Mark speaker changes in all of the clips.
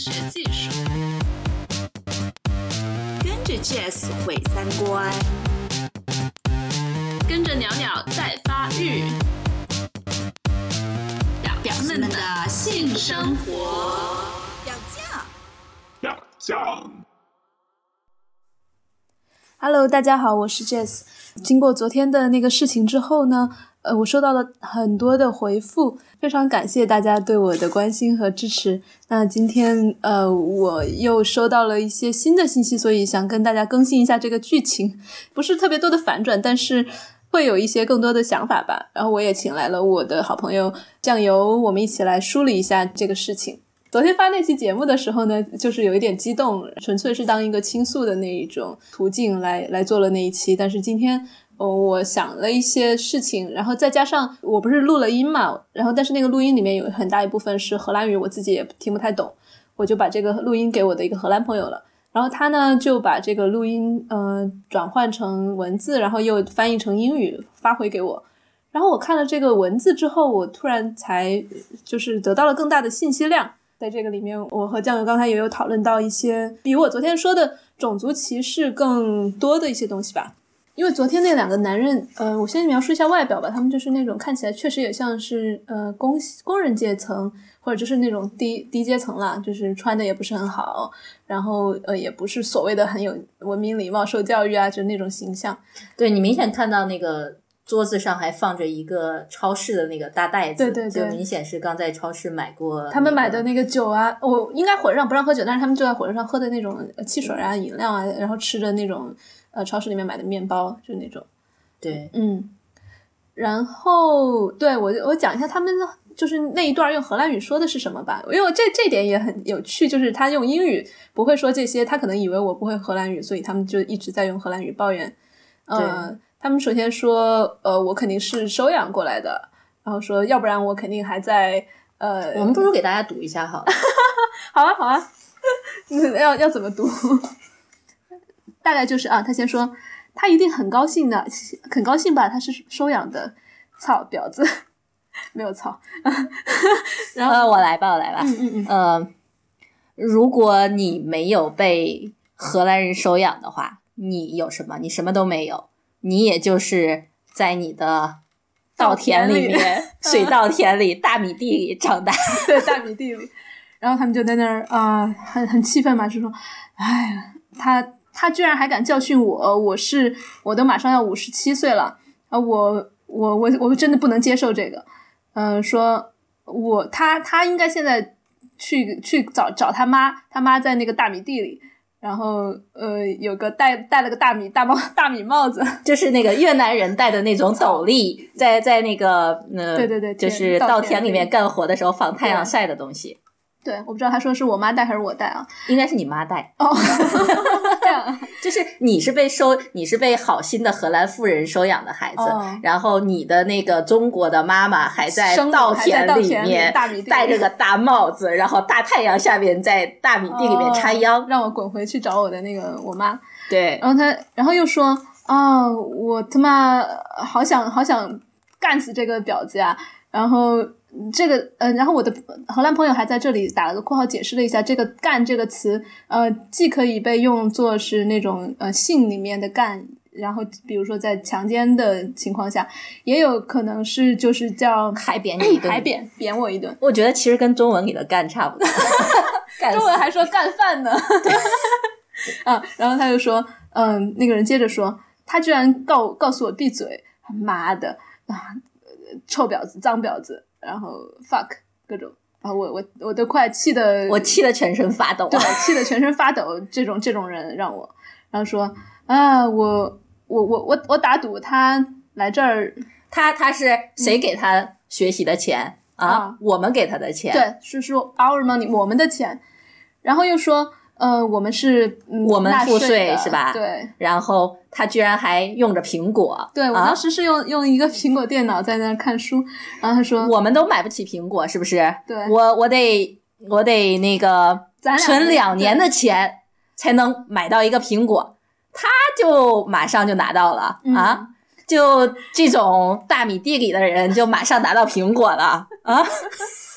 Speaker 1: 学技术，
Speaker 2: 跟着 Jess 毁三观，
Speaker 1: 跟着鸟鸟在发育，
Speaker 2: 婊子们的性生活，
Speaker 3: 养酱。
Speaker 4: Hello， 大家好，我是 Jess。经过昨天的那个事情之后呢，我收到了很多的回复，非常感谢大家对我的关心和支持。那今天我又收到了一些新的信息，所以想跟大家更新一下这个剧情，不是特别多的反转，但是会有一些更多的想法吧。然后我也请来了我的好朋友酱油，我们一起来梳理一下这个事情。昨天发那期节目的时候呢，就是有一点激动，纯粹是当一个倾诉的那一种途径来做了那一期。但是今天我想了一些事情，然后再加上我不是录了音嘛，然后但是那个录音里面有很大一部分是荷兰语，我自己也听不太懂，我就把这个录音给我的一个荷兰朋友了，然后他呢就把这个录音转换成文字，然后又翻译成英语发回给我。然后我看了这个文字之后，我突然才就是得到了更大的信息量。在这个里面，我和酱油刚才也有讨论到一些比我昨天说的种族歧视更多的一些东西吧。因为昨天那两个男人，我先描述一下外表吧，他们就是那种看起来确实也像是工人阶层，或者就是那种低阶层啦，就是穿的也不是很好，然后也不是所谓的很有文明礼貌受教育啊，就那种形象。
Speaker 5: 对，你明显看到那个桌子上还放着一个超市的那个大袋子，
Speaker 4: 对，
Speaker 5: 就明显是刚在超市买过，
Speaker 4: 他们买的那个酒啊，我应该火车上不让喝酒，但是他们就在火车上喝的那种汽水啊、饮料啊，然后吃的那种超市里面买的面包，就那种。
Speaker 5: 对，
Speaker 4: 然后对我讲一下他们就是那一段用荷兰语说的是什么吧，因为这点也很有趣，就是他用英语不会说这些，他可能以为我不会荷兰语，所以他们就一直在用荷兰语抱怨。他们首先说我肯定是收养过来的，然后说要不然我肯定还在
Speaker 5: 我们不如给大家读一下好了。
Speaker 4: 好啊要怎么读？大概就是他先说他一定很高兴的，很高兴吧，他是收养的，操婊子。没有操。然后
Speaker 5: 我来吧如果你没有被荷兰人收养的话，你有什么？你什么都没有，你也就是在你的稻田里面水稻田里大米地里长大。
Speaker 4: 对，大米地里。然后他们就在那儿很气愤嘛，就说哎呀，他居然还敢教训我都马上要57岁了啊，我真的不能接受这个。说他应该现在去找他妈在那个大米地里，然后有个戴了个大米帽子，
Speaker 5: 就是那个越南人戴的那种斗笠，在那个
Speaker 4: 对，
Speaker 5: 就是稻田里面干活的时候防太阳晒的东西。
Speaker 4: 对，我不知道他说是我妈带还是我带啊？
Speaker 5: 应该是你妈带。
Speaker 4: 哦，这样，
Speaker 5: 就是你是被好心的荷兰妇人收养的孩子，然后你的那个中国的妈妈还在稻田里面戴着个大帽子，然后大太阳下面在大米地里面插秧，
Speaker 4: 让我滚回去找我的那个我妈。
Speaker 5: 对，
Speaker 4: 然后又说我他妈好想干死这个婊子呀，然后这个然后我的荷兰朋友还在这里打了个括号解释了一下，这个干这个词既可以被用作是那种性里面的干，然后比如说在强奸的情况下，也有可能是就是叫
Speaker 5: 海扁你一顿，
Speaker 4: 海扁我一顿。
Speaker 5: 我觉得其实跟中文里的干差不多。
Speaker 4: 中文还说干饭呢。然后他就说那个人接着说他居然告诉我闭嘴，妈的臭婊子脏婊子，然后 fuck 各种，然后我都快气得
Speaker 5: 全身发抖。
Speaker 4: 对，气得全身发抖，这种人让我，然后说我打赌他来这儿，
Speaker 5: 他是谁给他学习的钱我们给他的钱。
Speaker 4: 对，是说 our money 我们的钱，然后又说我们是
Speaker 5: 我们付税是吧？
Speaker 4: 对，然
Speaker 5: 后他居然还用着苹果。
Speaker 4: 对，我当时是用一个苹果电脑在那看书，然后他说
Speaker 5: 我们都买不起苹果是不是？
Speaker 4: 对，
Speaker 5: 我得那个存2年的钱才能买到一个苹果，他就马上就拿到了就这种大米地里的人就马上拿到苹果了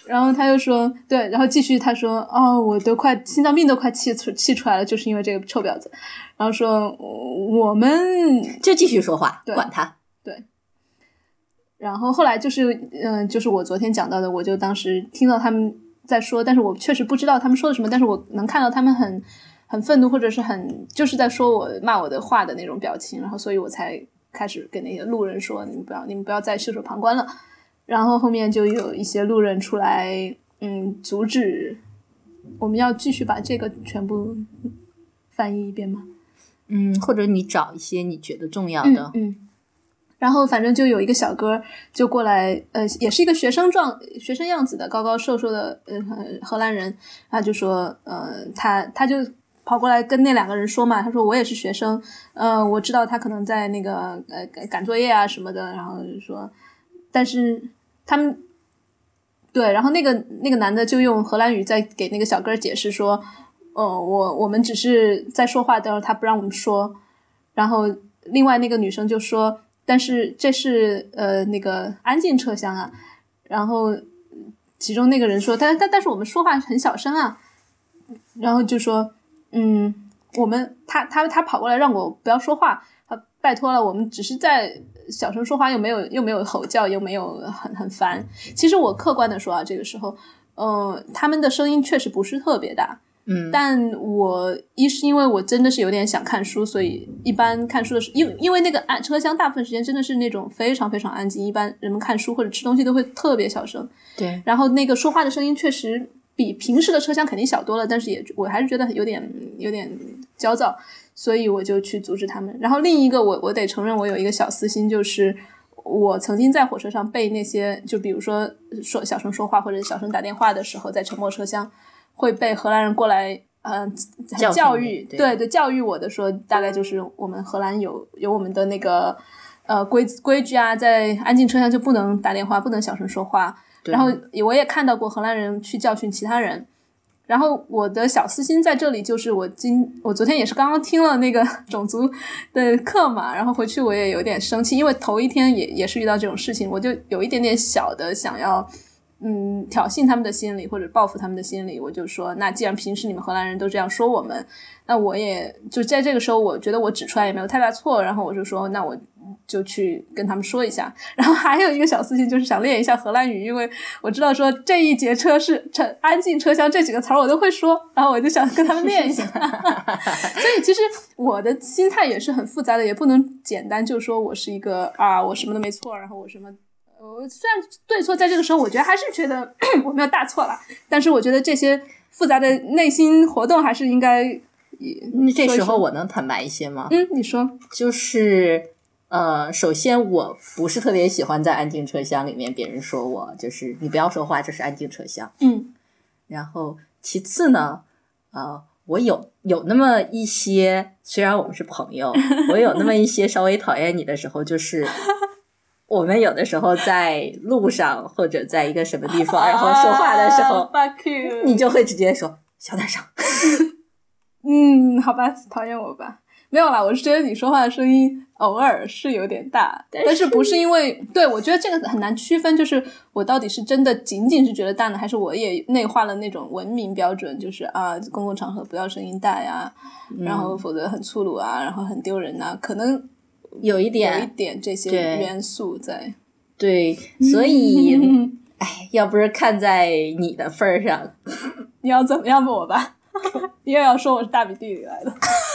Speaker 4: 然后他又说对，然后继续他说我都快心脏病都快气出来了，就是因为这个臭婊子。然后说我们
Speaker 5: 就继续说话，管他。
Speaker 4: 对。然后后来就是我昨天讲到的，我就当时听到他们在说，但是我确实不知道他们说的什么，但是我能看到他们很愤怒，或者是就是在说我骂我的话的那种表情，然后所以我才开始给那些路人说你们不要再袖手旁观了。然后后面就有一些路人出来阻止。我们要继续把这个全部翻译一遍吗？
Speaker 5: 或者你找一些你觉得重要的。
Speaker 4: 然后反正就有一个小哥就过来，也是一个学生样子的高高瘦瘦的荷兰人，他就说他就跑过来跟那两个人说嘛，他说我也是学生，我知道他可能在那个赶作业啊什么的，然后就说但是他们对，然后那个男的就用荷兰语在给那个小哥解释说我们只是在说话，但是他不让我们说。然后另外那个女生就说但是这是那个安静车厢啊，然后其中那个人说但是我们说话很小声啊，然后就说我们他跑过来让我不要说话，拜托了，我们只是在小声说话，又没有吼叫，又没有很烦。其实我客观的说啊，这个时候他们的声音确实不是特别大，但我是因为我真的是有点想看书，所以一般看书的时候，因为那个车厢大部分时间真的是那种非常非常安静，一般人们看书或者吃东西都会特别小声。
Speaker 5: 对，
Speaker 4: 然后那个说话的声音确实比平时的车厢肯定小多了，但是我还是觉得有点焦躁，所以我就去阻止他们。然后另一个我得承认我有一个小私心，就是我曾经在火车上被那些就比如说小声说话或者小声打电话的时候，在沉默车厢会被荷兰人过来教育，对教育我的，说大概就是我们荷兰有我们的那个规矩啊，在安静车厢就不能打电话，不能小声说话。然后我也看到过荷兰人去教训其他人。然后我的小私心在这里就是我昨天也是刚刚听了那个种族的课嘛，然后回去我也有点生气，因为头一天也是遇到这种事情，我就有一点点小的想要挑衅他们的心理或者报复他们的心理。我就说那既然平时你们荷兰人都这样说我们，那我也就在这个时候我觉得我指出来也没有太大错，然后我就说那我就去跟他们说一下。然后还有一个小私心就是想练一下荷兰语，因为我知道说这一节车是安静车厢这几个词儿我都会说，然后我就想跟他们练一下所以其实我的心态也是很复杂的，也不能简单就说我是一个我什么都没错，然后我什么虽然对错在这个时候我觉得还是觉得我没有大错啦，但是我觉得这些复杂的内心活动还是应该
Speaker 5: 这时候我能坦白一些吗？
Speaker 4: 你说。
Speaker 5: 就是首先我不是特别喜欢在安静车厢里面别人说我就是你不要说话，这是安静车厢。然后其次呢我有那么一些，虽然我们是朋友我有那么一些稍微讨厌你的时候，就是我们有的时候在路上或者在一个什么地方然后说话的时候
Speaker 4: fuck you，
Speaker 5: 你就会直接说小点声
Speaker 4: 好吧，讨厌我吧。没有啦，我是觉得你说话的声音偶尔是有点大，但是不是因为对，我觉得这个很难区分，就是我到底是真的仅仅是觉得大呢，还是我也内化了那种文明标准，就是公共场合不要声音大呀，然后否则很粗鲁啊，然后很丢人啊，可能有一点这些元素在。
Speaker 5: 对，所以要不是看在你的份上
Speaker 4: 你要怎么样我吧你又要说我是大米地里来的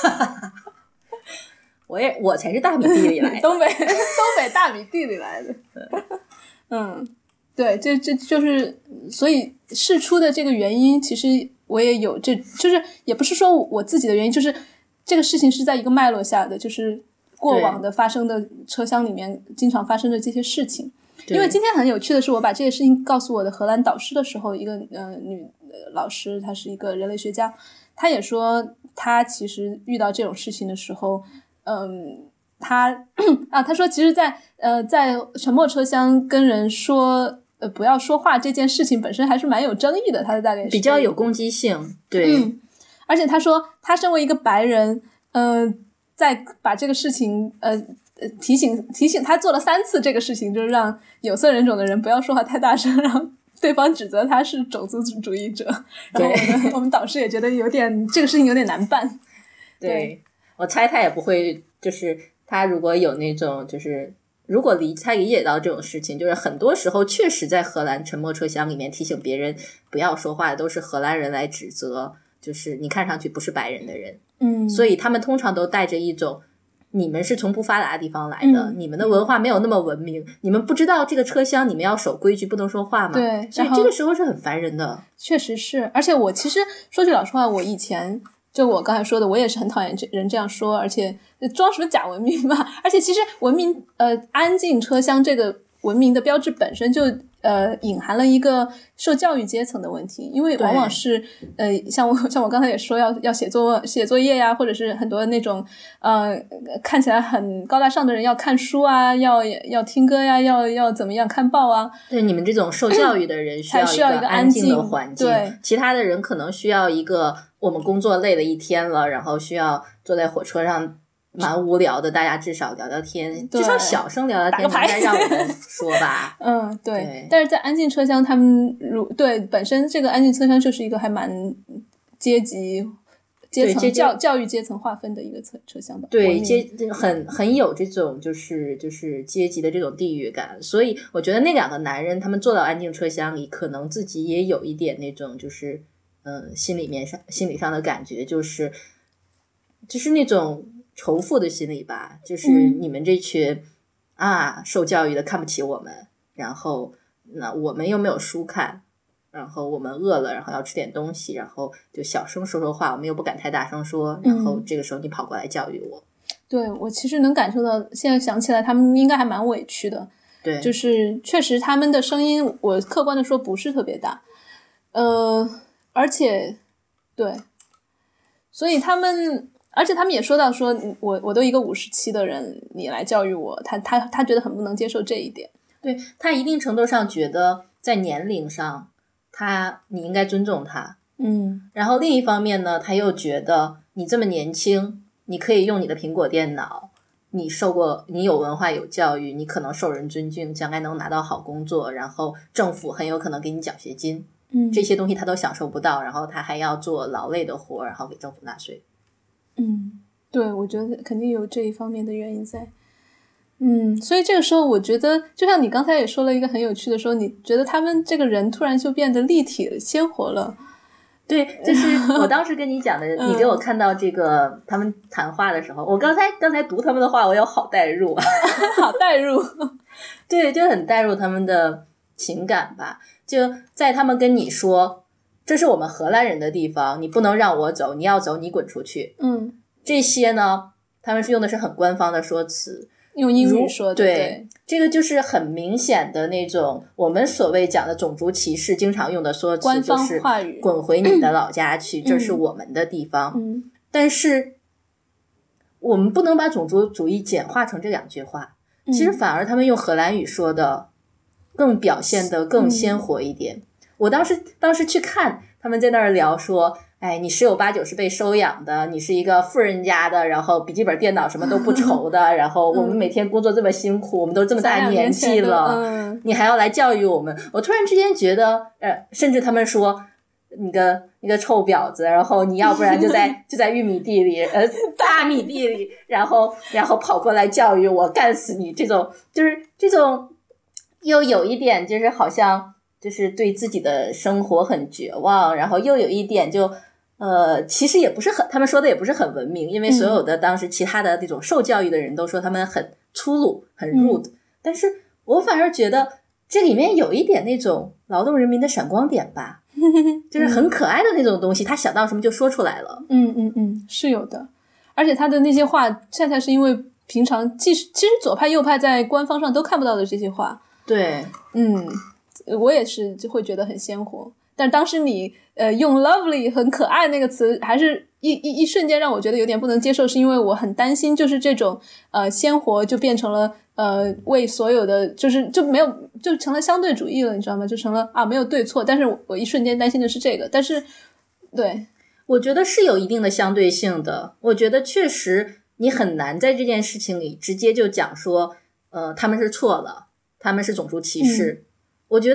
Speaker 5: 我才是大米地里来的
Speaker 4: 东北大米地里来的对，这就是所以事出的这个原因，其实我也有就是也不是说我自己的原因，就是这个事情是在一个脉络下的，就是过往的发生的车厢里面经常发生的这些事情。因为今天很有趣的是，我把这些事情告诉我的荷兰导师的时候，一个女老师，她是一个人类学家，她也说她其实遇到这种事情的时候她说其实在沉默车厢跟人说不要说话这件事情本身还是蛮有争议的，她大概是
Speaker 5: 比较有攻击性。对
Speaker 4: 而且她说她身为一个白人在把这个事情提醒他做了3次这个事情，就是让有色人种的人不要说话太大声，然后对方指责他是种族主义者，然后我们导师也觉得有点这个事情有点难办。
Speaker 5: 对，我猜他也不会，就是他如果有那种就是如果他理解到这种事情，就是很多时候确实在荷兰沉默车厢里面提醒别人不要说话的都是荷兰人来指责就是你看上去不是白人的人。所以他们通常都带着一种你们是从不发达的地方来的，你们的文化没有那么文明，你们不知道这个车厢你们要守规矩不能说话吗？
Speaker 4: 对，
Speaker 5: 所以这个时候是很烦人的。
Speaker 4: 确实是，而且我其实说句老实话，我以前就我刚才说的，我也是很讨厌人这样说，而且装什么假文明嘛。而且其实文明安静车厢这个文明的标志本身就隐含了一个受教育阶层的问题，因为往往是像我刚才也说要写作业呀，或者是很多那种看起来很高大上的人要看书啊，要听歌呀，要怎么样看报啊。
Speaker 5: 对，你们这种受教育的人需要一个安静的环境，对，其他的人可能需要一个我们工作累了一天了，然后需要坐在火车上蛮无聊的，大家至少聊聊天，至少小声聊聊天，应该让我们说吧。
Speaker 4: 对。但是在安静车厢，他们对本身这个安静车厢就是一个还蛮阶层教育阶层划分的一个车厢吧。
Speaker 5: 对，很有这种就是阶级的这种地域感，所以我觉得那两个男人他们坐到安静车厢里，可能自己也有一点那种就是心理上的感觉，就是那种仇富的心理吧，就是你们这群受教育的看不起我们，然后那我们又没有书看，然后我们饿了，然后要吃点东西，然后就小声说话，我们又不敢太大声说，然后这个时候你跑过来教育我。
Speaker 4: 对，我其实能感受到，现在想起来他们应该还蛮委屈的。
Speaker 5: 对，
Speaker 4: 就是确实他们的声音我客观的说不是特别大，而且对，所以而且他们也说到说我都一个57的人，你来教育我，他觉得很不能接受这一点。
Speaker 5: 对，他一定程度上觉得在年龄上你应该尊重他。然后另一方面呢，他又觉得你这么年轻，你可以用你的苹果电脑，你有文化有教育，你可能受人尊敬，将来能拿到好工作，然后政府很有可能给你奖学金。这些东西他都享受不到，然后他还要做劳累的活，然后给政府纳税。
Speaker 4: 对，我觉得肯定有这一方面的原因在。所以这个时候我觉得就像你刚才也说了一个很有趣的说，你觉得他们这个人突然就变得立体了，鲜活了。
Speaker 5: 对，就是我当时跟你讲的你给我看到这个他们谈话的时候，我刚才读他们的话，我有好代入
Speaker 4: 好代入
Speaker 5: 对，就很代入他们的情感吧。就在他们跟你说这是我们荷兰人的地方，你不能让我走，你要走你滚出去。这些呢他们是用的是很官方的说辞，
Speaker 4: 用英语说的。
Speaker 5: 对，这个就是很明显的那种我们所谓讲的种族歧视经常用的说辞，
Speaker 4: 官方话语，
Speaker 5: 就是滚回你的老家去这是我们的地方。但是我们不能把种族主义简化成这两句话，其实反而他们用荷兰语说的更表现得更鲜活一点。我当时去看他们在那儿聊说，你十有八九是被收养的，你是一个富人家的，然后笔记本电脑什么都不愁的然后我们每天工作这么辛苦，我们都这么大年纪了，你还要来教育我们。我突然之间觉得甚至他们说你个臭婊子，然后你要不然就在玉米地里大米地里然后跑过来教育我，干死你，这种就是这种又有一点就是好像就是对自己的生活很绝望，然后又有一点就其实也不是他们说的也不是很文明，因为所有的当时其他的那种受教育的人都说他们很粗鲁很 rude，但是我反而觉得这里面有一点那种劳动人民的闪光点吧就是很可爱的那种东西，他想到什么就说出来了。
Speaker 4: 是有的。而且他的那些话恰恰是因为平常其实左派右派在官方上都看不到的这些话。
Speaker 5: 对，
Speaker 4: 我也是就会觉得很鲜活。但当时你用 lovely 很可爱那个词还是一瞬间让我觉得有点不能接受，是因为我很担心就是这种鲜活就变成了为所有的就没有就成了相对主义了，你知道吗？就成了没有对错，但是我一瞬间担心的是这个。但是对，
Speaker 5: 我觉得是有一定的相对性的。我觉得确实你很难在这件事情里直接就讲说他们是错了，他们是种族歧视。我觉得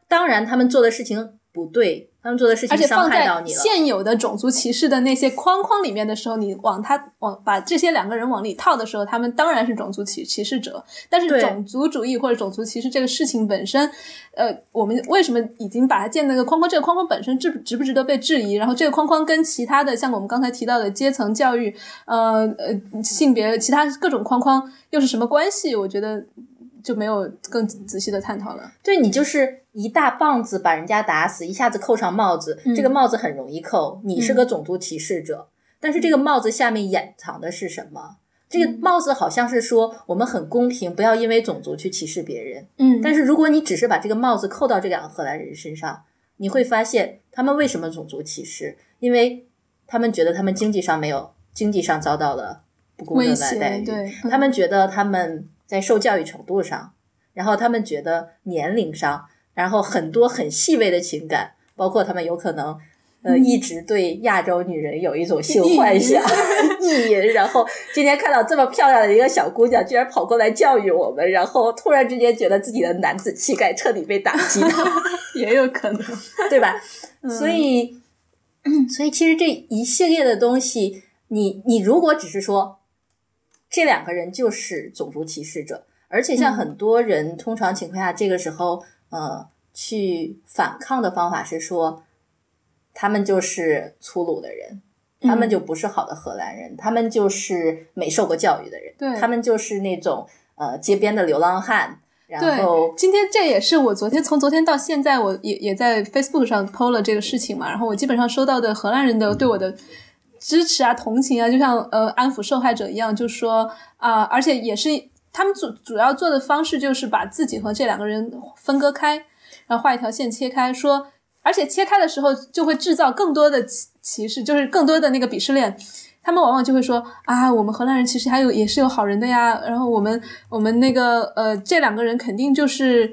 Speaker 5: 当然他们做的事情不对，他们做的事情伤害到你了，
Speaker 4: 而且放在现有的种族歧视的那些框框里面的时候，你把这些两个人往里套的时候，他们当然是种族歧视者。但是种族主义或者种族歧视这个事情本身，我们为什么已经把它建那个框框，这个框框本身值不值得被质疑，然后这个框框跟其他的像我们刚才提到的阶层教育性别其他各种框框又是什么关系，我觉得就没有更仔细的探讨了。
Speaker 5: 对，你就是一大棒子把人家打死，一下子扣上帽子，这个帽子很容易扣，你是个种族歧视者，但是这个帽子下面掩藏的是什么？这个帽子好像是说我们很公平，不要因为种族去歧视别人。但是如果你只是把这个帽子扣到这两个荷兰人身上，你会发现他们为什么种族歧视？因为他们觉得他们经济上遭到了不公正的待遇，
Speaker 4: 对，
Speaker 5: 他们觉得他们在受教育程度上，然后他们觉得年龄上，然后很多很细微的情感，包括他们有可能一直对亚洲女人有一种性幻想意淫，然后今天看到这么漂亮的一个小姑娘居然跑过来教育我们，然后突然之间觉得自己的男子气概彻底被打击到
Speaker 4: 也有可能
Speaker 5: 对吧？所以其实这一系列的东西，你如果只是说这两个人就是种族歧视者，而且像很多人通常情况下这个时候去反抗的方法是说他们就是粗鲁的人，他们就不是好的荷兰人，他们就是没受过教育的人，
Speaker 4: 对，
Speaker 5: 他们就是那种街边的流浪汉。然后
Speaker 4: 对，今天这也是我从昨天到现在我也在 Facebook 上 po 了这个事情嘛，然后我基本上收到的荷兰人的对我的支持啊同情啊，就像安抚受害者一样，就说而且也是他们主要做的方式就是把自己和这两个人分割开，然后画一条线切开，说而且切开的时候就会制造更多的歧视，就是更多的那个鄙视链。他们往往就会说我们荷兰人其实也是有好人的呀，然后我们那个这两个人肯定就是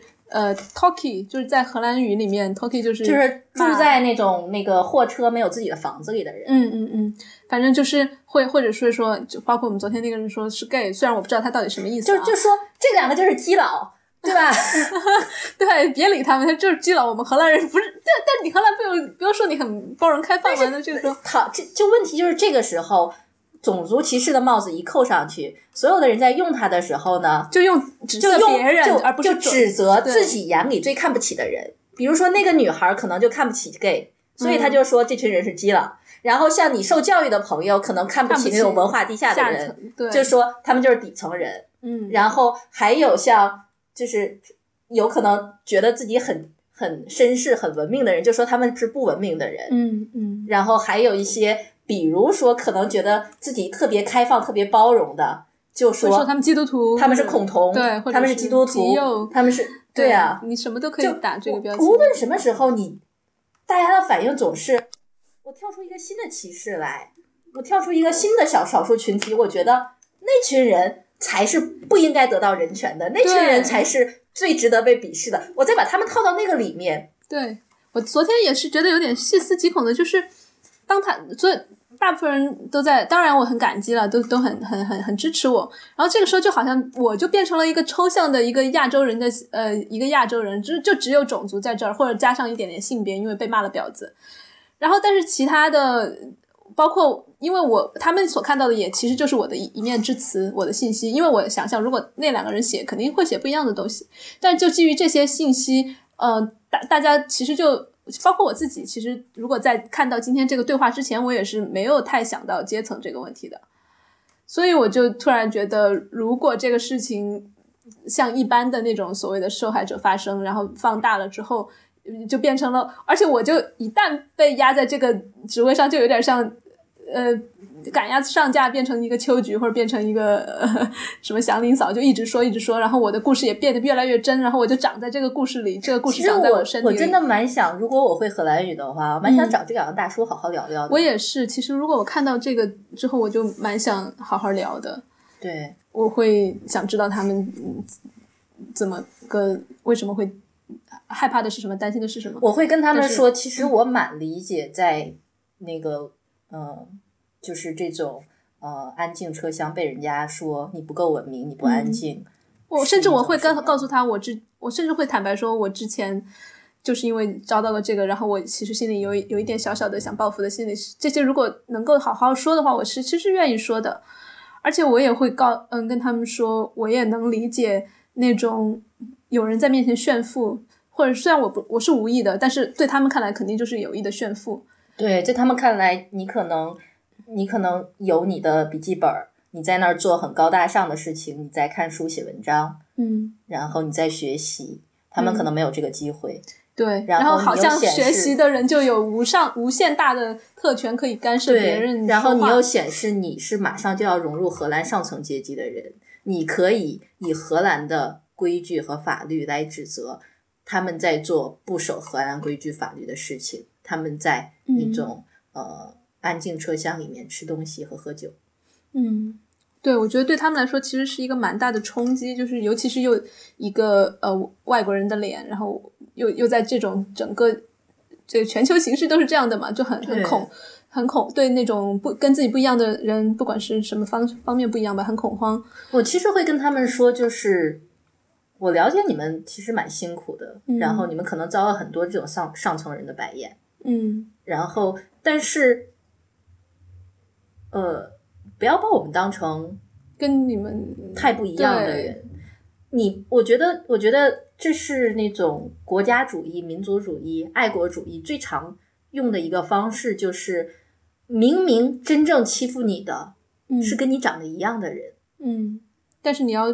Speaker 4: Toki， 就是在荷兰语里面 Toki 就是
Speaker 5: 住在那种那个货车没有自己的房子里的人。
Speaker 4: 反正就是会或者是说就包括我们昨天那个人说是 gay， 虽然我不知道他到底什么意思
Speaker 5: 就说这两个就是基佬，对吧？
Speaker 4: 对，别理他们，他就是基佬。我们荷兰人不是，但你荷兰不用说你很包容开放嘛，那就是说，
Speaker 5: 就问题就是这个时候，种族歧视的帽子一扣上去，所有的人在用它的时候呢，
Speaker 4: 就指责别人，而不是
Speaker 5: 指责自己眼里最看不起的人。比如说那个女孩可能就看不起 gay， 所以他就说这群人是基佬。然后像你受教育的朋友可能看不起那种文化低下的人，就说他们就是底层人。然后还有像就是有可能觉得自己很绅士很文明的人，就说他们是不文明的人。然后还有一些比如说可能觉得自己特别开放特别包容的，就说
Speaker 4: 他们基督徒，
Speaker 5: 他们是恐同，
Speaker 4: 对，
Speaker 5: 他们是基督徒，他们是对啊，
Speaker 4: 你什么都可以打这个标签。
Speaker 5: 无论什么时候大家的反应总是我跳出一个新的歧视来，我跳出一个新的少数群体，我觉得那群人才是不应该得到人权的，那群人才是最值得被鄙视的，我再把他们套到那个里面。
Speaker 4: 对，我昨天也是觉得有点细思极恐的，就是所以大部分人都在，当然我很感激了，都很支持我。然后这个时候就好像我就变成了一个抽象的一个亚洲人的一个亚洲人，就只有种族在这儿，或者加上一点点性别，因为被骂了婊子。然后但是其他的包括因为他们所看到的也其实就是我的一面之词，我的信息，因为我想象如果那两个人写肯定会写不一样的东西，但就基于这些信息大家其实就包括我自己，其实如果在看到今天这个对话之前，我也是没有太想到阶层这个问题的。所以我就突然觉得如果这个事情像一般的那种所谓的受害者发生，然后放大了之后就变成了，而且我就一旦被压在这个职位上，就有点像赶鸭子上架变成一个秋菊，或者变成一个什么祥林嫂，就一直说，然后我的故事也变得越来越真，然后我就长在这个故事里，这个故事长在我身体里。
Speaker 5: 我真的蛮想，如果我会荷兰语的话，我蛮想找这两个大叔好好聊聊的。
Speaker 4: 我也是，其实如果我看到这个之后，我就蛮想好好聊的。
Speaker 5: 对，
Speaker 4: 我会想知道他们为什么会害怕的是什么，担心的是什么。
Speaker 5: 我会跟他们说，其实我蛮理解在那个就是这种安静车厢被人家说你不够文明，你不安静。
Speaker 4: 甚至我会告诉他，我甚至会坦白说，我之前就是因为遭到了这个，然后我其实心里有一点小小的想报复的心理，这些如果能够好好说的话，我其实是愿意说的。而且我也会跟他们说，我也能理解那种有人在面前炫富，或者虽然我是无意的，但是对他们看来肯定就是有意的炫富。
Speaker 5: 对，在他们看来你可能有你的笔记本，你在那儿做很高大上的事情，你在看书写文章，然后你在学习，他们可能没有这个机会。
Speaker 4: 对，然后好像学习的人就有无限大的特权可以干涉别人说话。
Speaker 5: 然后你又显示你是马上就要融入荷兰上层阶级的人，你可以以荷兰的规矩和法律来指责他们在做不守荷兰规矩法律的事情，他们在那种安静车厢里面吃东西和喝酒。
Speaker 4: 对，我觉得对他们来说其实是一个蛮大的冲击，就是尤其是又一个外国人的脸，然后又在这种整个这个全球形势都是这样的嘛，就很恐对那种跟自己不一样的人，不管是什么方面不一样吧，很恐慌。
Speaker 5: 我其实会跟他们说，就是我了解你们其实蛮辛苦的，然后你们可能遭了很多这种上层人的白眼，然后但是不要把我们当成
Speaker 4: 跟你们
Speaker 5: 太不一样的人。我觉得这是那种国家主义、民族主义、爱国主义最常用的一个方式，就是明明真正欺负你的是跟你长得一样的人，
Speaker 4: 但是你要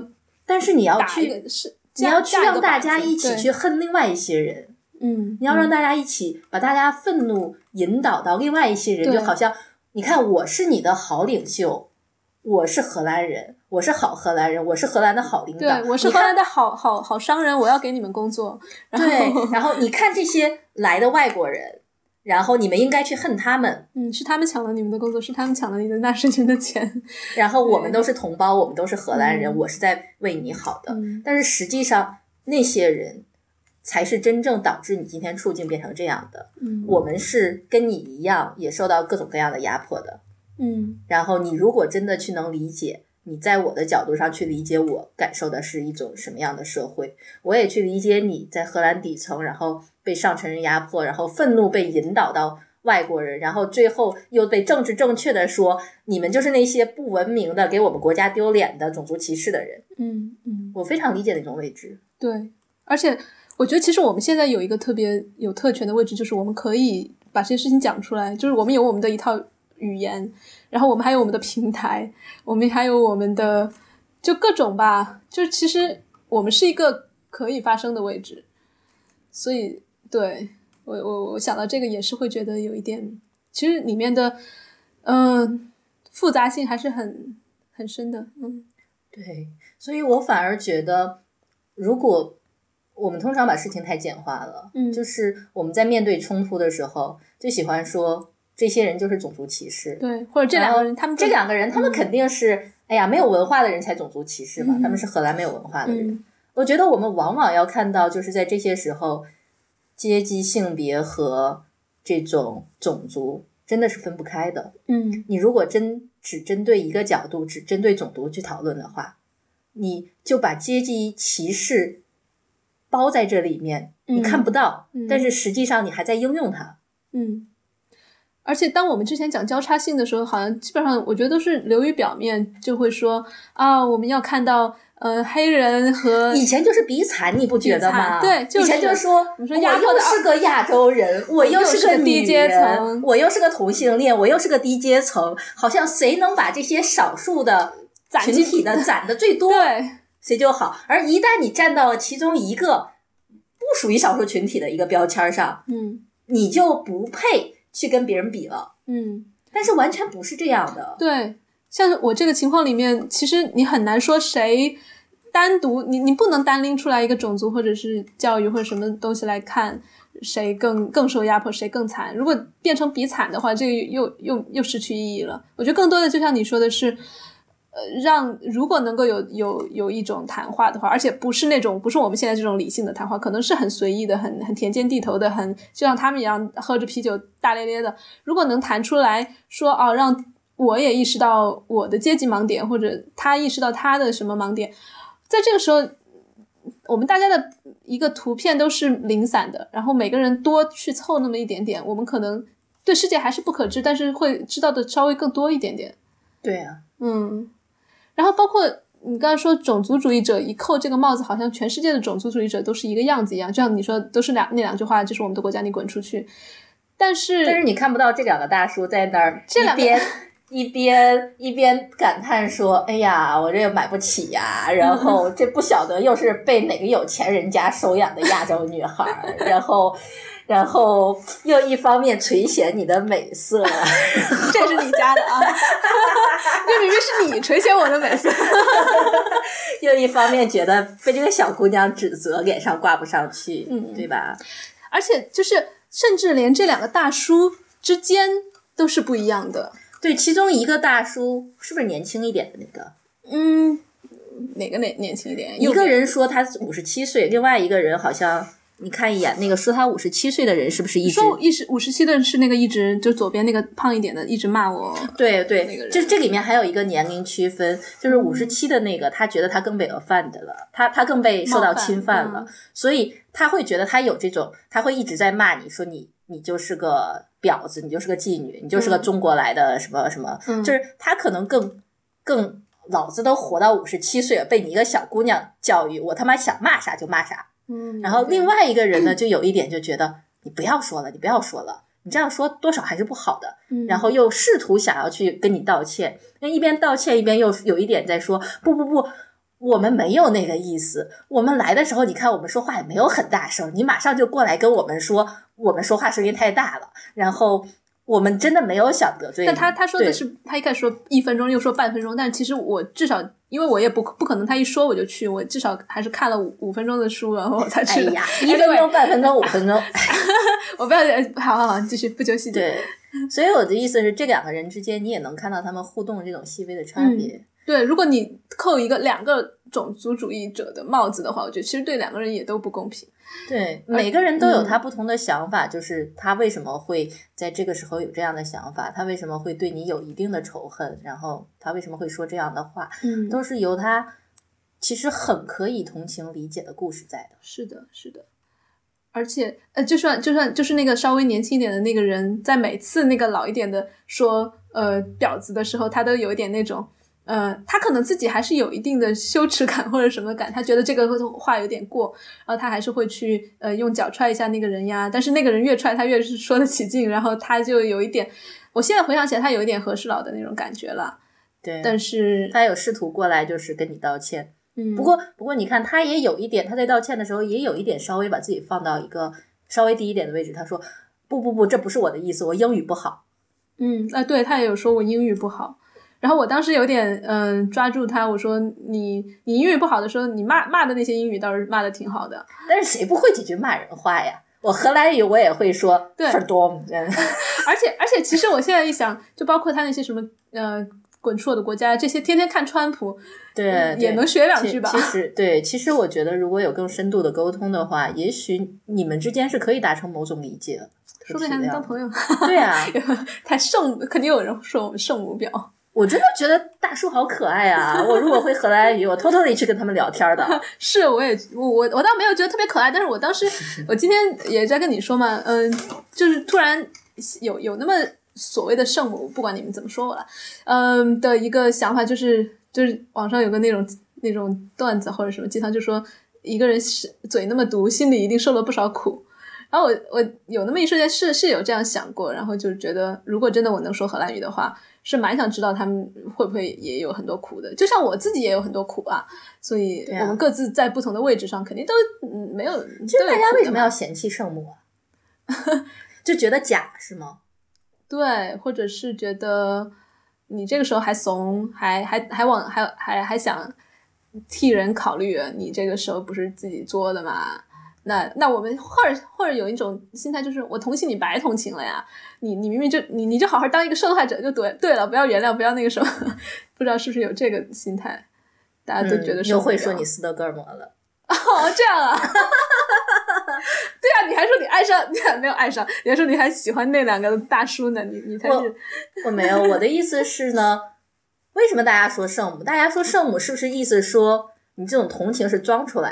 Speaker 5: 去让大家一起去恨另外一些人，你要让大家一起把大家愤怒引导到另外一些人，就好像你看我是你的好领袖，我是荷兰人，我是好荷兰人，我是荷兰的好领导，
Speaker 4: 对，我是荷兰的好商人，我要给你们工作。
Speaker 5: 然后你看这些来的外国人，然后你们应该去恨他们，
Speaker 4: 是他们抢了你们的工作，是他们抢了你的纳税人的钱，
Speaker 5: 然后我们都是同胞，我们都是荷兰人，我是在为你好的，但是实际上那些人才是真正导致你今天处境变成这样的，我们是跟你一样也受到各种各样的压迫的，然后你如果真的去能理解，你在我的角度上去理解我感受的是一种什么样的社会，我也去理解你在荷兰底层，然后被上层人压迫，然后愤怒被引导到外国人，然后最后又被政治正确的说你们就是那些不文明的给我们国家丢脸的种族歧视的人。我非常理解那种位置。
Speaker 4: 对，而且我觉得其实我们现在有一个特别有特权的位置，就是我们可以把这些事情讲出来，就是我们有我们的一套语言，然后我们还有我们的平台，我们还有我们的就各种吧，就其实我们是一个可以发声的位置。所以对我想到这个也是会觉得有一点，其实里面的复杂性还是很深的。
Speaker 5: 对，所以我反而觉得如果我们通常把事情太简化了，就是我们在面对冲突的时候就喜欢说这些人就是种族歧视，
Speaker 4: 对，或者这两个人
Speaker 5: 他们肯定是哎呀没有文化的人才种族歧视嘛，他们是荷兰没有文化的人。我觉得我们往往要看到就是在这些时候阶级性别和这种种族真的是分不开的。你如果只针对一个角度，只针对种族去讨论的话，你就把阶级歧视包在这里面，你看不到，但是实际上你还在应用它。
Speaker 4: 而且当我们之前讲交叉性的时候，好像基本上我觉得都是流于表面，就会说啊，我们要看到黑人和
Speaker 5: 以前就是比惨，你不觉得吗？
Speaker 4: 对，
Speaker 5: 以前就说我又是个亚洲人，我又是个低阶层，我又是个同性恋，我又是个低阶层，好像谁能把这些少数的群体的攒的最多，
Speaker 4: 对，
Speaker 5: 谁就好。而一旦你站到了其中一个不属于少数群体的一个标签上，你就不配去跟别人比了。但是完全不是这样的。
Speaker 4: 对，像我这个情况里面，其实你很难说谁单独，你不能单拎出来一个种族或者是教育或者什么东西来看谁更受压迫，谁更惨。如果变成比惨的话，这个又失去意义了。我觉得更多的就像你说的是如果能够有一种谈话的话，而且不是我们现在这种理性的谈话，可能是很随意的，很田间地头的，就像他们一样喝着啤酒大咧咧的。如果能谈出来说让我也意识到我的阶级盲点，或者他意识到他的什么盲点，在这个时候我们大家的一个图片都是零散的，然后每个人多去凑那么一点点，我们可能对世界还是不可知，但是会知道的稍微更多一点点。
Speaker 5: 对啊，
Speaker 4: 然后包括你刚才说种族主义者一扣这个帽子，好像全世界的种族主义者都是一个样子一样，就像你说都是那两句话，就是我们的国家你滚出去。但是
Speaker 5: 你看不到这两个大叔在那儿一边感叹说哎呀我这个买不起呀，然后这不晓得又是被哪个有钱人家收养的亚洲女孩，然后又一方面垂涎你的美色
Speaker 4: 这是你家的啊这明明是你垂涎我的美色
Speaker 5: 又一方面觉得被这个小姑娘指责脸上挂不上去，对吧？
Speaker 4: 而且就是甚至连这两个大叔之间都是不一样的。
Speaker 5: 对，其中一个大叔是不是年轻一点的那个？
Speaker 4: 哪个年轻一点？
Speaker 5: 一个人说他57岁，另外一个人好像你看一眼，那个说他57岁的人是不是一直
Speaker 4: 57的是那个一直就左边那个胖一点的一直骂我？
Speaker 5: 对对，
Speaker 4: 那个人
Speaker 5: 这里面还有一个年龄区分，就是57的那个他觉得他更被offend了，他更被受到侵犯了，所以他会觉得他有这种，他会一直在骂你说你就是个婊子，你就是个妓女，你就是个中国来的什么什么，就是他可能更老子都活到57岁了，被你一个小姑娘教育，我他妈想骂啥就骂啥。然后另外一个人呢就有一点就觉得你不要说了，你这样说多少还是不好的，然后又试图想要去跟你道歉，那一边道歉一边又有一点在说不我们没有那个意思，我们来的时候你看我们说话也没有很大声，你马上就过来跟我们说我们说话声音太大了，然后我们真的没有想得罪你。
Speaker 4: 但他说的是他一开始说1分钟又说半分钟，但是其实我至少因为我也不可能他一说我就去，我至少还是看了5分钟的书然后我才去的。
Speaker 5: 哎呀，1分钟半分钟5分钟
Speaker 4: 我不要好继续不揪细节。
Speaker 5: 对，所以我的意思是这两个人之间你也能看到他们互动这种细微的差别。
Speaker 4: 对，如果你扣两个种族主义者的帽子的话，我觉得其实对两个人也都不公平。
Speaker 5: 对，每个人都有他不同的想法，就是他为什么会在这个时候有这样的想法，他为什么会对你有一定的仇恨，然后他为什么会说这样的话，都是由他其实很可以同情理解的故事在的。
Speaker 4: 是的而且就算就是那个稍微年轻一点的那个人，在每次那个老一点的说婊子的时候，他都有一点那种他可能自己还是有一定的羞耻感或者什么感，他觉得这个话有点过，然后他还是会去用脚踹一下那个人呀，但是那个人越踹他越是说得起劲，然后他就有一点，我现在回想起来他有一点和事佬的那种感觉了。
Speaker 5: 对，
Speaker 4: 但是
Speaker 5: 他有试图过来就是跟你道歉。不过你看他也有一点，他在道歉的时候也有一点稍微把自己放到一个稍微低一点的位置，他说不这不是我的意思，我英语不好。
Speaker 4: 对，他也有说我英语不好，然后我当时有点抓住他，我说你英语不好的时候，你骂的那些英语倒是骂的挺好的，
Speaker 5: 但是谁不会几句骂人话呀？我荷兰语我也会说，
Speaker 4: 对，而且其实我现在一想，就包括他那些什么滚出我的国家这些，天天看川普，
Speaker 5: 对，
Speaker 4: 也能学2句吧。
Speaker 5: 其实我觉得如果有更深度的沟通的话，也许你们之间是可以达成某种理解，
Speaker 4: 说不定还能当朋友。
Speaker 5: 对啊
Speaker 4: 太肯定有人说我们圣母婊。
Speaker 5: 我真的觉得大叔好可爱啊！我如果会荷兰语，我偷偷地去跟他们聊天的。
Speaker 4: 是，我倒没有觉得特别可爱，但是我当时我今天也在跟你说嘛，就是突然有那么所谓的圣母，不管你们怎么说我了，的一个想法就是网上有个那种段子或者什么鸡汤，就说一个人嘴那么毒，心里一定受了不少苦。然后我有那么一瞬间是有这样想过，然后就觉得如果真的我能说荷兰语的话，是蛮想知道他们会不会也有很多苦的，就像我自己也有很多苦啊，所以我们各自在不同的位置上肯定都没有。
Speaker 5: 其实大家为什么要嫌弃圣母啊？就觉得假是吗？
Speaker 4: 对，或者是觉得你这个时候还怂，还想替人考虑，你这个时候不是自己作的吗？那我们或者有一种心态，就是我同情你白同情了呀，你明明就你就好好当一个受害者就对了，不要原谅，不要那个什么，不知道是不是有这个心态，大家都觉得
Speaker 5: 又会说你斯德哥尔摩了。
Speaker 4: 这样啊对啊，你还说你爱上，你还没有爱上，你还说你还喜欢那2个大叔呢，你才是。
Speaker 5: 我没有，我的意思是呢，为什么大家说圣母？大家说圣母是不是意思说你这种同情是装出来的？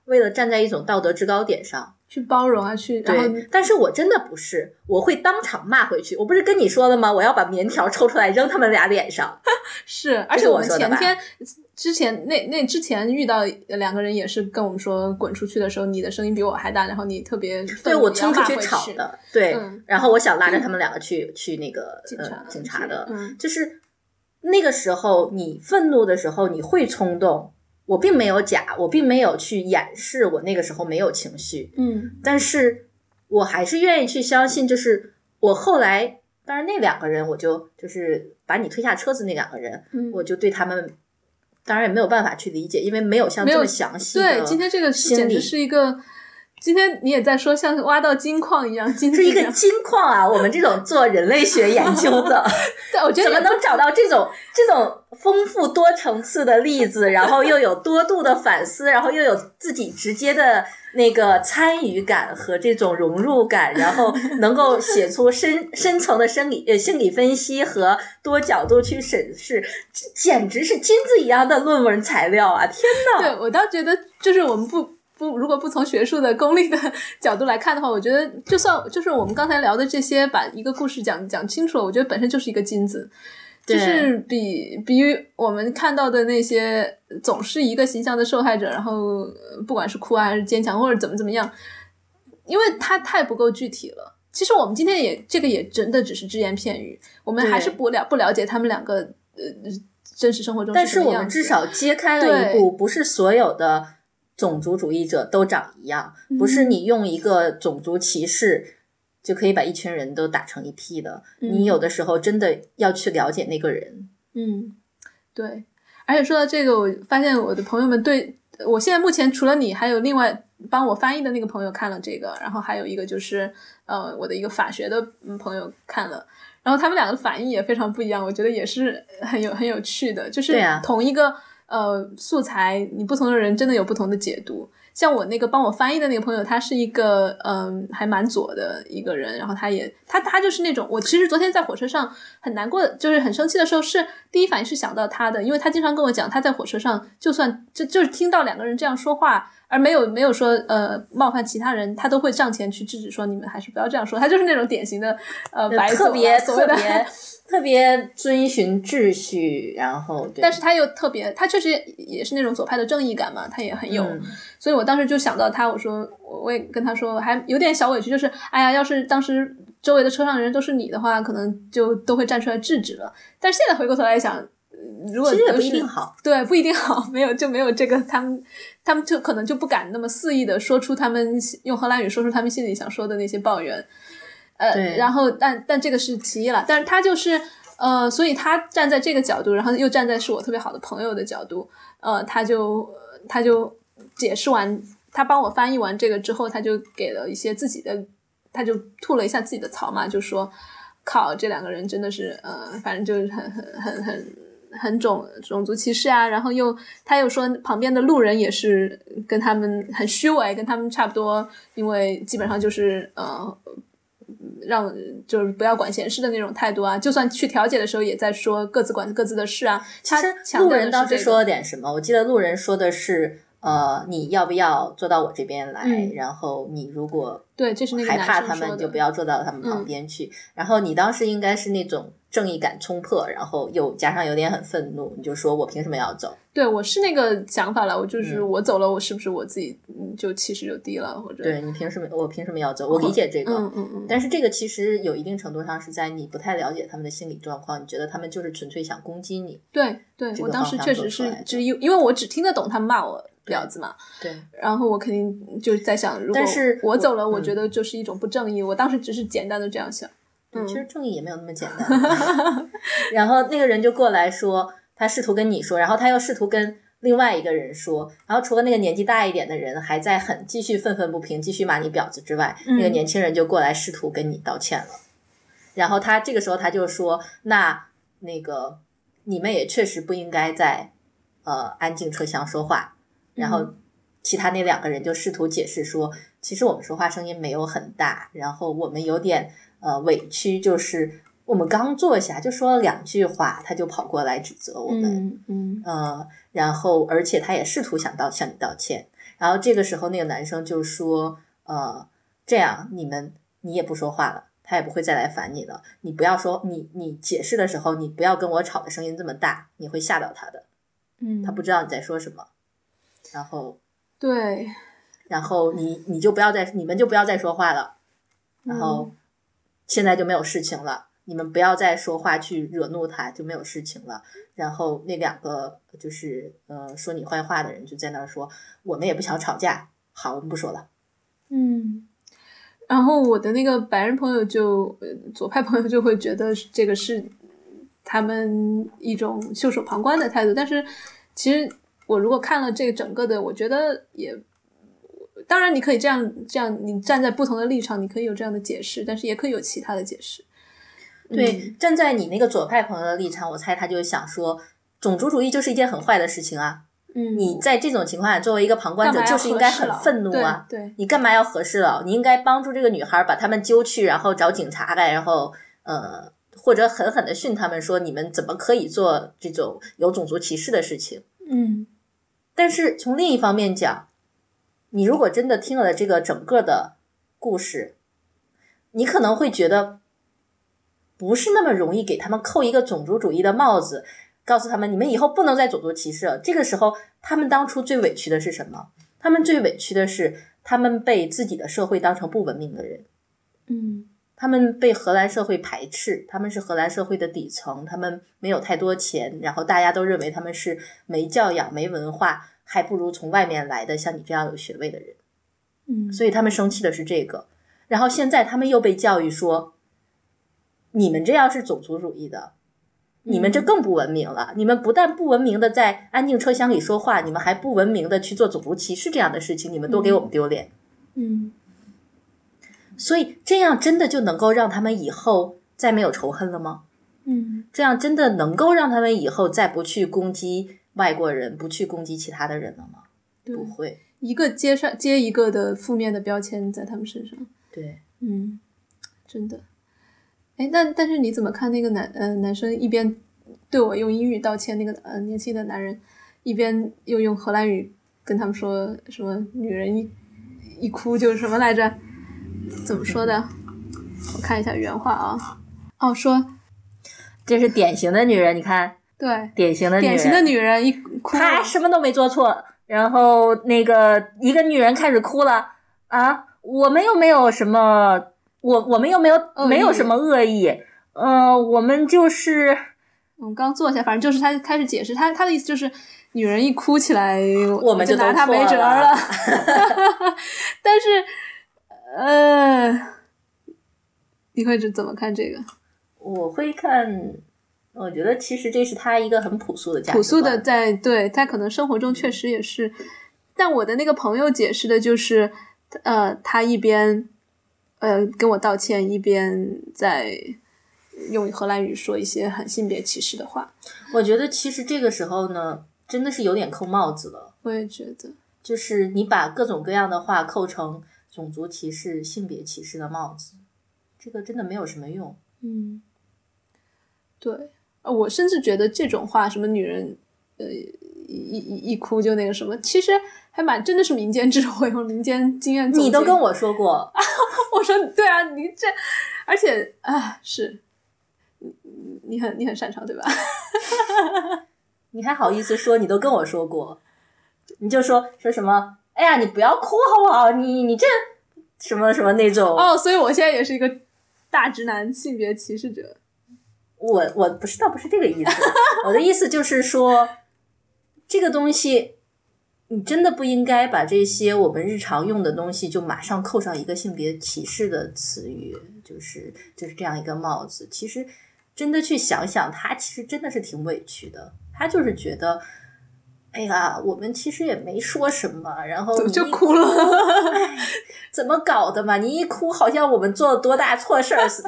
Speaker 5: 为了站在一种道德制高点上
Speaker 4: 去包容啊，去然后
Speaker 5: 对，但是我真的不是，我会当场骂回去。我不是跟你说了吗？我要把棉条抽出来扔他们俩脸上。
Speaker 4: 是，而且我们前天之前遇到两个人也是跟我们说滚出去的时候，你的声音比我还大，然后你特别
Speaker 5: 对我冲出去吵的，对，然后我想拉着他们两个去那个警察的，就是那个时候你愤怒的时候你会冲动。我并没有假，我并没有去掩饰我那个时候没有情绪，但是我还是愿意去相信，就是我后来，当然那两个人，我就是把你推下车子那两个人，我就对他们，当然也没有办法去理解，因为没有像这么详细的。
Speaker 4: 对，今天这个简直是一个。今天你也在说像挖到金矿一样，
Speaker 5: 是一个金矿啊！我们这种做人类学研究的，
Speaker 4: 对，我觉得
Speaker 5: 怎么能找到这种丰富多层次的例子，然后又有多度的反思，然后又有自己直接的那个参与感和这种融入感，然后能够写出深层的心理分析和多角度去审视，简直是金子一样的论文材料啊！天哪！
Speaker 4: 对，我倒觉得就是我们如果不从学术的功利的角度来看的话，我觉得就算就是我们刚才聊的这些，把一个故事讲清楚了，我觉得本身就是一个金子，就是比我们看到的那些总是一个形象的受害者，然后不管是哭啊还是坚强或者怎么样，因为它太不够具体了。其实我们今天这个也真的只是只言片语，我们还是不了解他们两个真实生活中是什么样子。但是
Speaker 5: 我们至少揭开了一步，不是所有的种族主义者都长一样，不是你用一个种族歧视就可以把一群人都打成一批的，你有的时候真的要去了解那个人。
Speaker 4: 对。而且说到这个，我发现我的朋友们对我现在目前除了你还有另外帮我翻译的那个朋友看了这个，然后还有一个就是我的一个法学的朋友看了，然后他们两个的反应也非常不一样，我觉得也是很有趣的，就是同一个素材，你不同的人真的有不同的解读。像我那个帮我翻译的那个朋友，他是一个还蛮左的一个人，然后他就是那种，我其实昨天在火车上很难过，就是很生气的时候，是第一反应是想到他的，因为他经常跟我讲，他在火车上就算就是听到两个人这样说话，而没有说冒犯其他人，他都会上前去制止说你们还是不要这样说。他就是那种典型的白左
Speaker 5: 特别遵循秩序，然后对，
Speaker 4: 但是他又他确实也是那种左派的正义感嘛，他也很有，所以我当时就想到他，我也跟他说，还有点小委屈，就是哎呀，要是当时周围的车上的人都是你的话，可能就都会站出来制止了。但是现在回过头来想，如果
Speaker 5: 其实也不一定好，
Speaker 4: 对，不一定好，没有这个，他们就可能就不敢那么肆意的说出他们用荷兰语说出他们心里想说的那些抱怨。然后但这个是其一了，但是他就是所以他站在这个角度，然后又站在是我特别好的朋友的角度，他就解释完，他帮我翻译完这个之后，他就给了一些自己的，他就吐了一下自己的槽嘛，就说靠，这两个人真的是反正就是很种族歧视啊，然后他又说旁边的路人也是跟他们很虚伪，跟他们差不多，因为基本上就是就是不要管闲事的那种态度啊，就算去调解的时候也在说各自管各自的事啊。
Speaker 5: 其实路人当时说了点什么，我记得路人说的是你要不要坐到我这边来，然后你如果
Speaker 4: 对，这是那个
Speaker 5: 害怕他们就不要坐到他们旁边去，然后你当时应该是那种正义感冲破，然后又加上有点很愤怒，你就说我凭什么要走。
Speaker 4: 对，我是那个想法了，我就是我走了，我是不是我自己就气势就低了，或者
Speaker 5: 对，你凭什么我凭什么要走，我理解这个但是这个其实有一定程度上是在你不太了解他们的心理状况，你觉得他们就是纯粹想攻击你。
Speaker 4: 对，我当时确实是因为我只听得懂他们骂我婊子嘛，
Speaker 5: 对，
Speaker 4: 然后我肯定就在想，如果我走了，我觉得就是一种不正义，我当时只是简单的这样想。
Speaker 5: 其实正义也没有那么简单然后那个人就过来说，他试图跟你说，然后他又试图跟另外一个人说，然后除了那个年纪大一点的人还在继续愤愤不平，继续骂你婊子之外，那个年轻人就过来试图跟你道歉了。然后这个时候他就说，那个你们也确实不应该在安静车厢说话。然后其他那两个人就试图解释说，其实我们说话声音没有很大，然后我们有点委屈，就是我们刚坐下就说了2句话，他就跑过来指责我们，然后而且他也试图想向你道歉，然然后这个时候那个男生就说这样你也不说话了，他也不会再来烦你了，你不要说你解释的时候你不要跟我吵的声音这么大，你会吓到他的。他不知道你在说什么。然后
Speaker 4: 对，
Speaker 5: 然后你们就不要再说话了，然后现在就没有事情了，你们不要再说话去惹怒他，就没有事情了。然后那两个就是说你坏话的人就在那儿说我们也不想吵架，好，我们不说了。
Speaker 4: 然后我的那个白人朋友左派朋友就会觉得这个是他们一种袖手旁观的态度，但是其实我如果看了这个整个的，我觉得也当然你可以这样你站在不同的立场你可以有这样的解释，但是也可以有其他的解释。
Speaker 5: 对，站在你那个左派朋友的立场，我猜他就想说种族主义就是一件很坏的事情啊。你在这种情况下作为一个旁观者就是应该很愤怒啊。
Speaker 4: 对，
Speaker 5: 你干嘛要核视了？你应该帮助这个女孩把他们揪去，然后找警察来，然后或者狠狠的训他们说你们怎么可以做这种有种族歧视的事情。但是从另一方面讲，你如果真的听了这个整个的故事，你可能会觉得不是那么容易给他们扣一个种族主义的帽子，告诉他们你们以后不能再种族歧视了。这个时候他们当初最委屈的是什么？他们最委屈的是他们被自己的社会当成不文明的人。他们被荷兰社会排斥，他们是荷兰社会的底层，他们没有太多钱，然后大家都认为他们是没教养没文化，还不如从外面来的像你这样有学位的人。所以他们生气的是这个。然后现在他们又被教育说你们这样是种族主义的，你们这更不文明了，你们不但不文明的在安静车厢里说话，你们还不文明的去做种族歧视这样的事情，你们多给我们丢脸。所以这样真的就能够让他们以后再没有仇恨了吗？这样真的能够让他们以后再不去攻击外国人，不去攻击其他的人了吗？不会，
Speaker 4: 一个接一个的负面的标签在他们身上。
Speaker 5: 对，
Speaker 4: 真的。但是你怎么看那个男生一边对我用英语道歉，那个年轻的男人一边又用荷兰语跟他们说什么女人一哭就是什么来着？怎么说的？我看一下原话啊。说
Speaker 5: 这是典型的女人，你看，
Speaker 4: 对，
Speaker 5: 典型的
Speaker 4: 女人一哭，
Speaker 5: 她什么都没做错，然后那个一个女人开始哭了啊，我们又没有什么，我们又没有什么恶意，我们就是
Speaker 4: 我们刚坐下，反正就是他开始解释，他的意思就是女人一哭起来
Speaker 5: 我们
Speaker 4: 就拿她没辙了。但是你会怎么看这个？
Speaker 5: 我会看，我觉得其实这是他一个很朴素的价值观，
Speaker 4: 朴素的对他可能生活中确实也是，但我的那个朋友解释的就是他一边跟我道歉，一边在用荷兰语说一些很性别歧视的话。
Speaker 5: 我觉得其实这个时候呢真的是有点扣帽子了。
Speaker 4: 我也觉得
Speaker 5: 就是你把各种各样的话扣成种族歧视性别歧视的帽子，这个真的没有什么用。
Speaker 4: 对，我甚至觉得这种话什么女人一哭就那个什么，其实还真的是民间智慧和民间经验总结。
Speaker 5: 你都跟我说过。
Speaker 4: 我说对啊，你这而且是你很擅长对吧？
Speaker 5: 你还好意思说你都跟我说过？你就说什么哎呀你不要哭好不好，你这什么什么那种。
Speaker 4: 所以我现在也是一个大直男性别歧视者。
Speaker 5: 我倒不是这个意思。我的意思就是说这个东西你真的不应该把这些我们日常用的东西就马上扣上一个性别歧视的词语，就是这样一个帽子。其实真的去想想，他其实真的是挺委屈的，他就是觉得哎呀我们其实也没说什么，然后
Speaker 4: 怎么就哭了？
Speaker 5: 怎么搞的嘛，你一哭好像我们做了多大错事儿似的。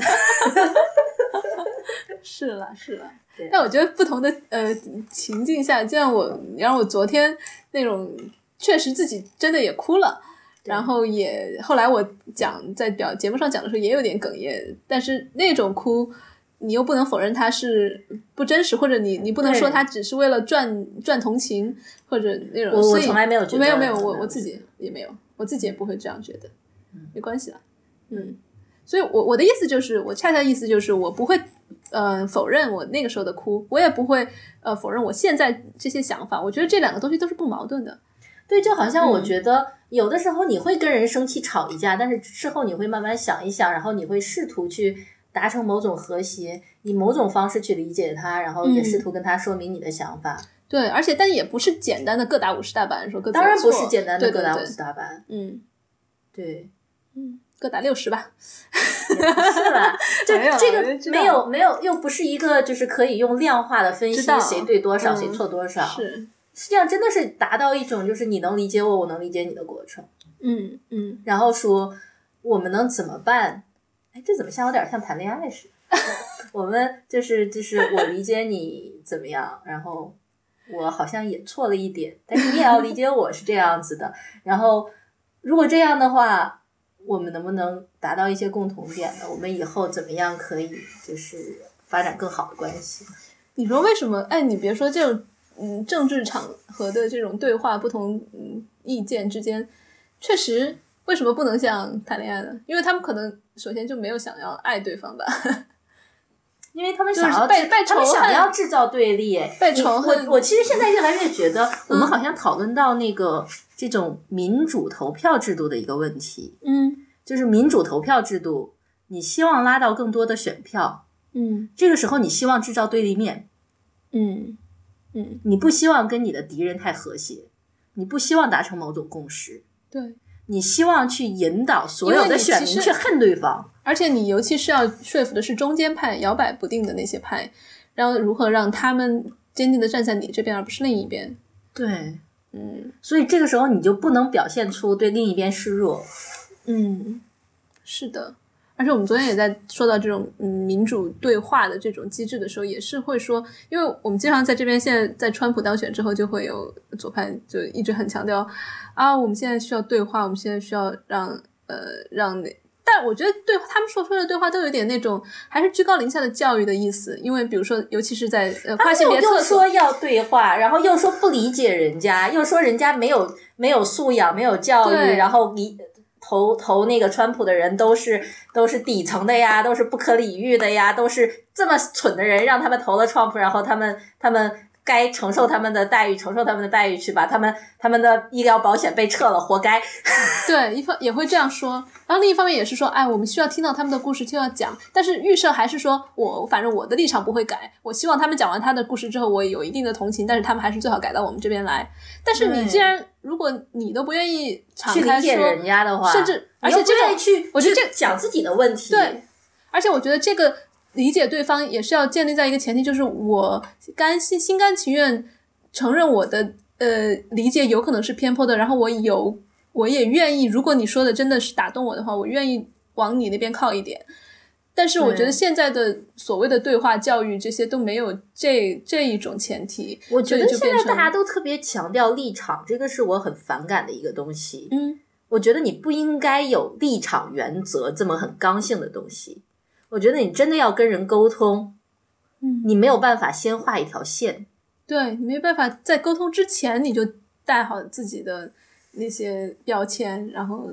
Speaker 4: 是了，但我觉得不同的情境下，就像你让我昨天那种确实自己真的也哭了，然后后来我在节目上讲的时候也有点哽咽，但是那种哭你又不能否认它是不真实，或者你不能说它只是为了赚同情或者那种。
Speaker 5: 我从来没有觉得，
Speaker 4: 没有，我自己也没有，我自己也不会这样觉得，没关系啦。所以我的意思就是，我恰恰意思就是，我不会否认我那个时候的哭，我也不会否认我现在这些想法。我觉得这两个东西都是不矛盾的。
Speaker 5: 对，就好像我觉得有的时候你会跟人生气吵一架，但是事后你会慢慢想一想，然后你会试图去达成某种和谐，以某种方式去理解他，然后也试图跟他说明你的想法。
Speaker 4: 对，而且但也不是简单的各打50大板说各自
Speaker 5: 当然不是简单的各打50大板。对，
Speaker 4: 各打60吧。
Speaker 5: 也不是啦，就这个没有，又不是一个就是可以用量化的分析谁对多少，谁错多少。
Speaker 4: 是。
Speaker 5: 实际上真的是达到一种就是你能理解我，我能理解你的过程。然后说我们能怎么办？哎，这怎么像有点像谈恋爱似的？我们就是我理解你怎么样，然后我好像也错了一点，但是你也要理解我是这样子的。然后如果这样的话，我们能不能达到一些共同点呢？我们以后怎么样可以就是发展更好的关系？
Speaker 4: 你说为什么？哎，你别说这种政治场合的这种对话，不同意见之间，确实为什么不能像谈恋爱呢？因为他们可能首先就没有想要爱对方吧。
Speaker 5: 因为他们想要
Speaker 4: 他
Speaker 5: 们想要制造对立，
Speaker 4: 被仇恨。
Speaker 5: 我其实现在越来越觉得，我们好像讨论到那个这种民主投票制度的一个问题。就是民主投票制度，你希望拉到更多的选票。这个时候你希望制造对立面。你不希望跟你的敌人太和谐，你不希望达成某种共识。
Speaker 4: 对。
Speaker 5: 你希望去引导所有的选民去恨对方，
Speaker 4: 而且你尤其是要说服的是中间派摇摆不定的那些派，然后如何让他们坚定的站在你这边而不是另一边。
Speaker 5: 对，所以这个时候你就不能表现出对另一边示弱。
Speaker 4: 是的。而且我们昨天也在说到这种民主对话的这种机制的时候，也是会说，因为我们经常在这边现在在川普当选之后，就会有左派就一直很强调我们现在需要对话，我们现在需要让但我觉得对他们说出的对话都有点那种还是居高临下的教育的意思。因为比如说尤其是在跨性别厕所，
Speaker 5: 又说要对话，然后又说不理解人家，又说人家没有素养，没有教育，然后投那个川普的人都是底层的呀，都是不可理喻的呀，都是这么蠢的人，让他们投了川普，然后他们该承受他们的待遇去吧，他们的医疗保险被撤了，活该。
Speaker 4: 对，也会这样说。然后另一方面也是说，我们需要听到他们的故事就要讲，但是预设还是说反正我的立场不会改，我希望他们讲完他的故事之后我有一定的同情，但是他们还是最好改到我们这边来。但是你既然如果你都不愿意敞开说
Speaker 5: 去理解人家的话，
Speaker 4: 甚至而且
Speaker 5: 这个
Speaker 4: 我觉得
Speaker 5: 讲自己的问题。
Speaker 4: 对，而且我觉得这个理解对方也是要建立在一个前提，就是我心甘情愿承认我的理解有可能是偏颇的，然后我也愿意，如果你说的真的是打动我的话，我愿意往你那边靠一点。但是我觉得现在的所谓的对话教育这些都没有这一种前提。
Speaker 5: 我觉得现在大家都特别强调立场，这个是我很反感的一个东西。我觉得你不应该有立场原则这么很刚性的东西。我觉得你真的要跟人沟通，你没有办法先画一条线。
Speaker 4: 对，你没办法在沟通之前你就带好自己的那些标签，然后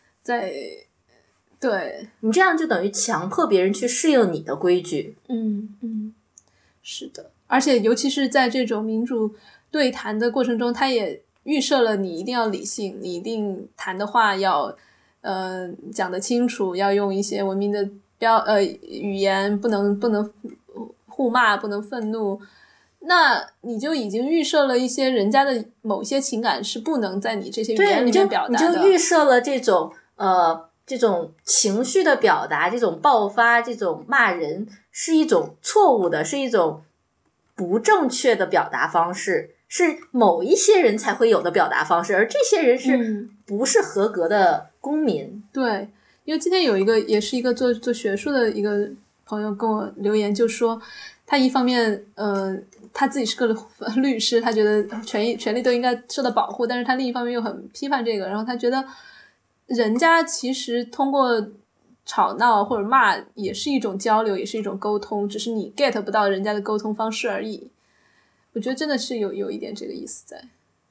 Speaker 4: 对，
Speaker 5: 你这样就等于强迫别人去适应你的规矩。
Speaker 4: 是的。而且尤其是在这种民主对谈的过程中，他也预设了你一定要理性，你一定谈的话要讲得清楚，要用一些文明的语言，不能互骂，不能愤怒。那你就已经预设了一些人家的某些情感是不能在你这些语言里面表达的。
Speaker 5: 你就预设了这种情绪的表达，这种爆发，这种骂人是一种错误的，是一种不正确的表达方式，是某一些人才会有的表达方式，而这些人是不是合格的公民。
Speaker 4: 对，因为今天有一个也是一个做学术的一个朋友跟我留言，就说他一方面他自己是个律师，他觉得权利都应该受到保护，但是他另一方面又很批判这个，然后他觉得人家其实通过吵闹或者骂也是一种交流，也是一种沟通，只是你 get 不到人家的沟通方式而已。我觉得真的是有一点这个意思在。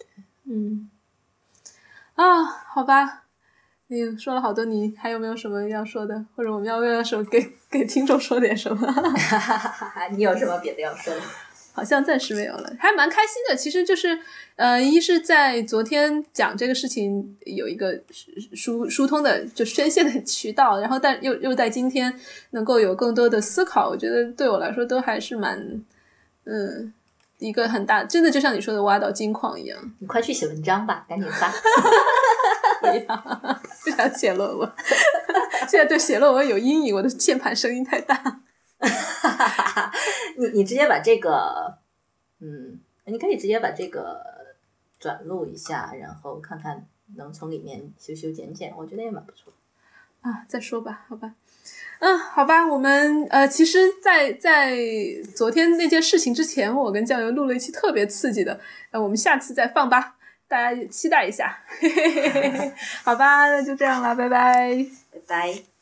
Speaker 4: 好吧，你说了好多，你还有没有什么要说的？或者我们要为了什么给听众说点什么？
Speaker 5: 你有什么别的要说的？
Speaker 4: 好像暂时没有了，还蛮开心的。其实就是一是在昨天讲这个事情有一个疏通的就宣泄的渠道，然后但又在今天能够有更多的思考，我觉得对我来说都还是蛮一个很大，真的就像你说的挖到金矿一样。
Speaker 5: 你快去写文章吧，赶紧发。
Speaker 4: 不想写论文。现在对写论文有阴影，我的键盘声音太大。
Speaker 5: 你直接把这个你可以直接把这个转录一下，然后看看能从里面修修剪剪，我觉得也蛮不错
Speaker 4: 啊。再说吧，好吧。好吧，我们其实在昨天那件事情之前，我跟酱油录了一期特别刺激的，我们下次再放吧，大家期待一下。好吧，那就这样了，拜拜，
Speaker 5: 拜拜。